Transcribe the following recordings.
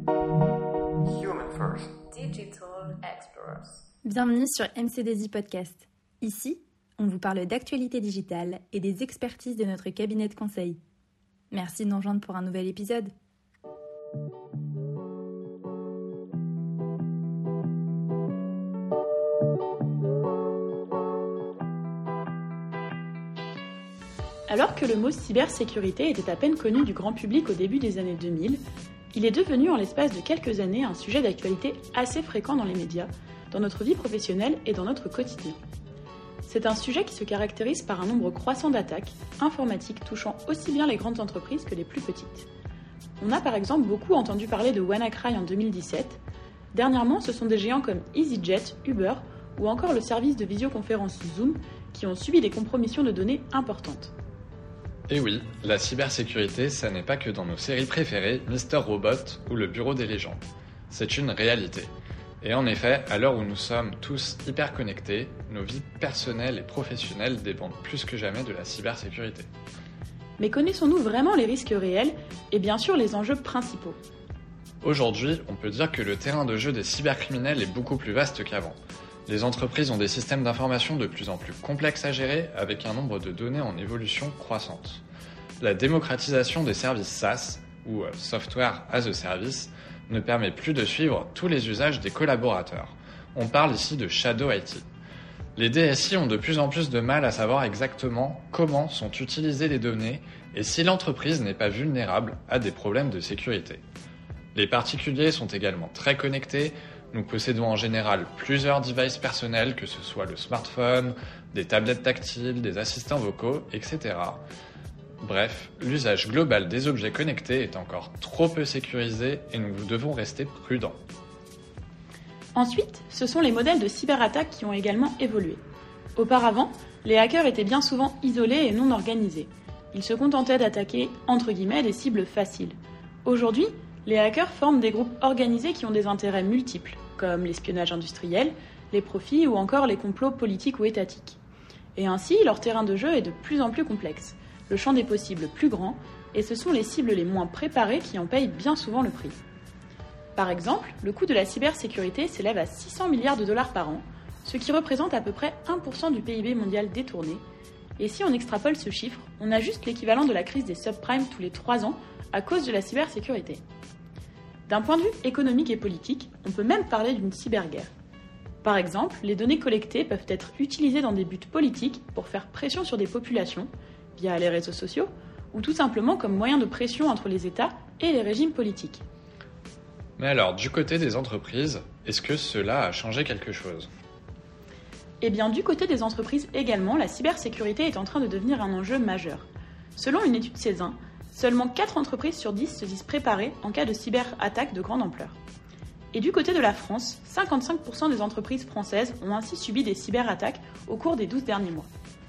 Human First. Digital Explorers. Bienvenue sur MCDZ Podcast. Ici, on vous parle d'actualité digitale et des expertises de notre cabinet de conseil. Merci de nous rejoindre pour un nouvel épisode. Alors que le mot cybersécurité était à peine connu du grand public au début des années 2000, il est devenu en l'espace de quelques années un sujet d'actualité assez fréquent dans les médias, dans notre vie professionnelle et dans notre quotidien. C'est un sujet qui se caractérise par un nombre croissant d'attaques informatiques touchant aussi bien les grandes entreprises que les plus petites. On a par exemple beaucoup entendu parler de WannaCry en 2017. Dernièrement, ce sont des géants comme EasyJet, Uber ou encore le service de visioconférence Zoom qui ont subi des compromissions de données importantes. Et oui, la cybersécurité, ça n'est pas que dans nos séries préférées, Mister Robot ou le Bureau des légendes. C'est une réalité. Et en effet, à l'heure où nous sommes tous hyper connectés, nos vies personnelles et professionnelles dépendent plus que jamais de la cybersécurité. Mais connaissons-nous vraiment les risques réels et bien sûr les enjeux principaux ? Aujourd'hui, on peut dire que le terrain de jeu des cybercriminels est beaucoup plus vaste qu'avant. Les entreprises ont des systèmes d'information de plus en plus complexes à gérer avec un nombre de données en évolution croissante. La démocratisation des services SaaS, ou Software as a Service, ne permet plus de suivre tous les usages des collaborateurs. On parle ici de Shadow IT. Les DSI ont de plus en plus de mal à savoir exactement comment sont utilisées les données et si l'entreprise n'est pas vulnérable à des problèmes de sécurité. Les particuliers sont également très connectés. Nous possédons en général plusieurs devices personnels, que ce soit le smartphone, des tablettes tactiles, des assistants vocaux, etc. Bref, l'usage global des objets connectés est encore trop peu sécurisé et nous devons rester prudents. Ensuite, ce sont les modèles de cyberattaques qui ont également évolué. Auparavant, les hackers étaient bien souvent isolés et non organisés. Ils se contentaient d'attaquer, entre guillemets, des cibles faciles. Aujourd'hui, les hackers forment des groupes organisés qui ont des intérêts multiples, comme l'espionnage industriel, les profits ou encore les complots politiques ou étatiques. Et ainsi, leur terrain de jeu est de plus en plus complexe, le champ des possibles plus grand, et ce sont les cibles les moins préparées qui en payent bien souvent le prix. Par exemple, le coût de la cybersécurité s'élève à 600 milliards de dollars par an, ce qui représente à peu près 1% du PIB mondial détourné. Et si on extrapole ce chiffre, on a juste l'équivalent de la crise des subprimes tous les 3 ans à cause de la cybersécurité. D'un point de vue économique et politique, on peut même parler d'une cyberguerre. Par exemple, les données collectées peuvent être utilisées dans des buts politiques pour faire pression sur des populations, via les réseaux sociaux, ou tout simplement comme moyen de pression entre les États et les régimes politiques. Mais alors, du côté des entreprises, est-ce que cela a changé quelque chose ? Eh bien, du côté des entreprises également, la cybersécurité est en train de devenir un enjeu majeur. Selon une étude Cézanne, seulement 4 entreprises sur 10 se disent préparées en cas de cyberattaque de grande ampleur. Et du côté de la France, 55% des entreprises françaises ont ainsi subi des cyberattaques au cours des 12 derniers mois.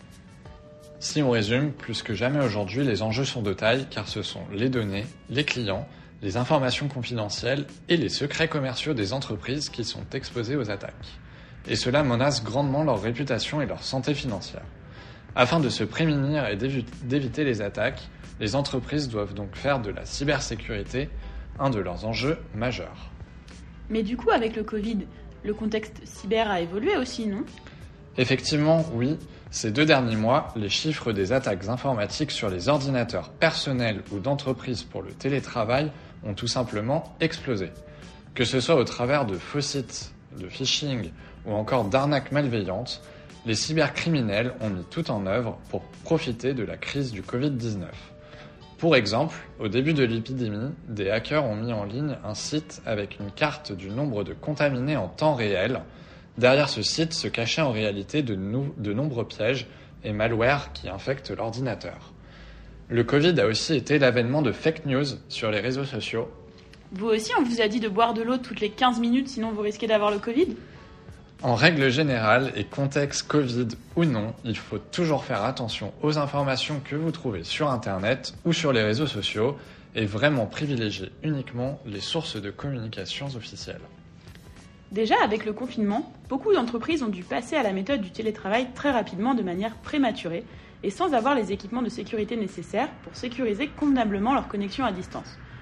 Si on résume, plus que jamais aujourd'hui, les enjeux sont de taille car ce sont les données, les clients, les informations confidentielles et les secrets commerciaux des entreprises qui sont exposés aux attaques. Et cela menace grandement leur réputation et leur santé financière. Afin de se prémunir et d'éviter les attaques, les entreprises doivent donc faire de la cybersécurité un de leurs enjeux majeurs. Mais du coup, avec le Covid, le contexte cyber a évolué aussi, non ? Effectivement, oui. Ces 2 derniers mois, les chiffres des attaques informatiques sur les ordinateurs personnels ou d'entreprise pour le télétravail ont tout simplement explosé. Que ce soit au travers de faux sites, de phishing ou encore d'arnaques malveillantes, les cybercriminels ont mis tout en œuvre pour profiter de la crise du Covid-19. Pour exemple, au début de l'épidémie, des hackers ont mis en ligne un site avec une carte du nombre de contaminés en temps réel. Derrière ce site se cachaient en réalité de nombreux pièges et malwares qui infectent l'ordinateur. Le Covid a aussi été l'avènement de fake news sur les réseaux sociaux. Vous aussi, on vous a dit de boire de l'eau toutes les 15 minutes, sinon vous risquez d'avoir le Covid ? En règle générale, et contexte Covid ou non, il faut toujours faire attention aux informations que vous trouvez sur Internet ou sur les réseaux sociaux et vraiment privilégier uniquement les sources de communication officielles. Déjà, avec le confinement, beaucoup d'entreprises ont dû passer à la méthode du télétravail très rapidement de manière prématurée et sans avoir les équipements de sécurité nécessaires pour sécuriser convenablement leur connexion à distance.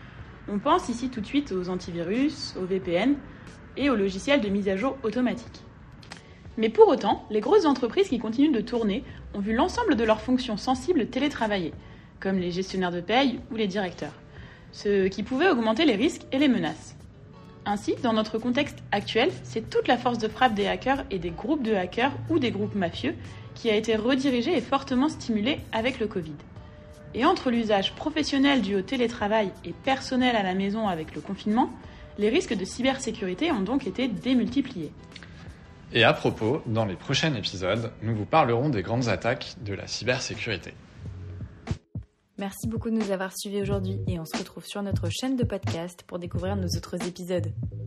On pense ici tout de suite aux antivirus, aux VPN et aux logiciels de mise à jour automatique. Mais pour autant, les grosses entreprises qui continuent de tourner ont vu l'ensemble de leurs fonctions sensibles télétravailler, comme les gestionnaires de paye ou les directeurs, ce qui pouvait augmenter les risques et les menaces. Ainsi, dans notre contexte actuel, c'est toute la force de frappe des hackers et des groupes de hackers ou des groupes mafieux qui a été redirigée et fortement stimulée avec le Covid. Et entre l'usage professionnel dû au télétravail et personnel à la maison avec le confinement, les risques de cybersécurité ont donc été démultipliés. Et à propos, dans les prochains épisodes, nous vous parlerons des grandes attaques de la cybersécurité. Merci beaucoup de nous avoir suivis aujourd'hui et on se retrouve sur notre chaîne de podcast pour découvrir nos autres épisodes.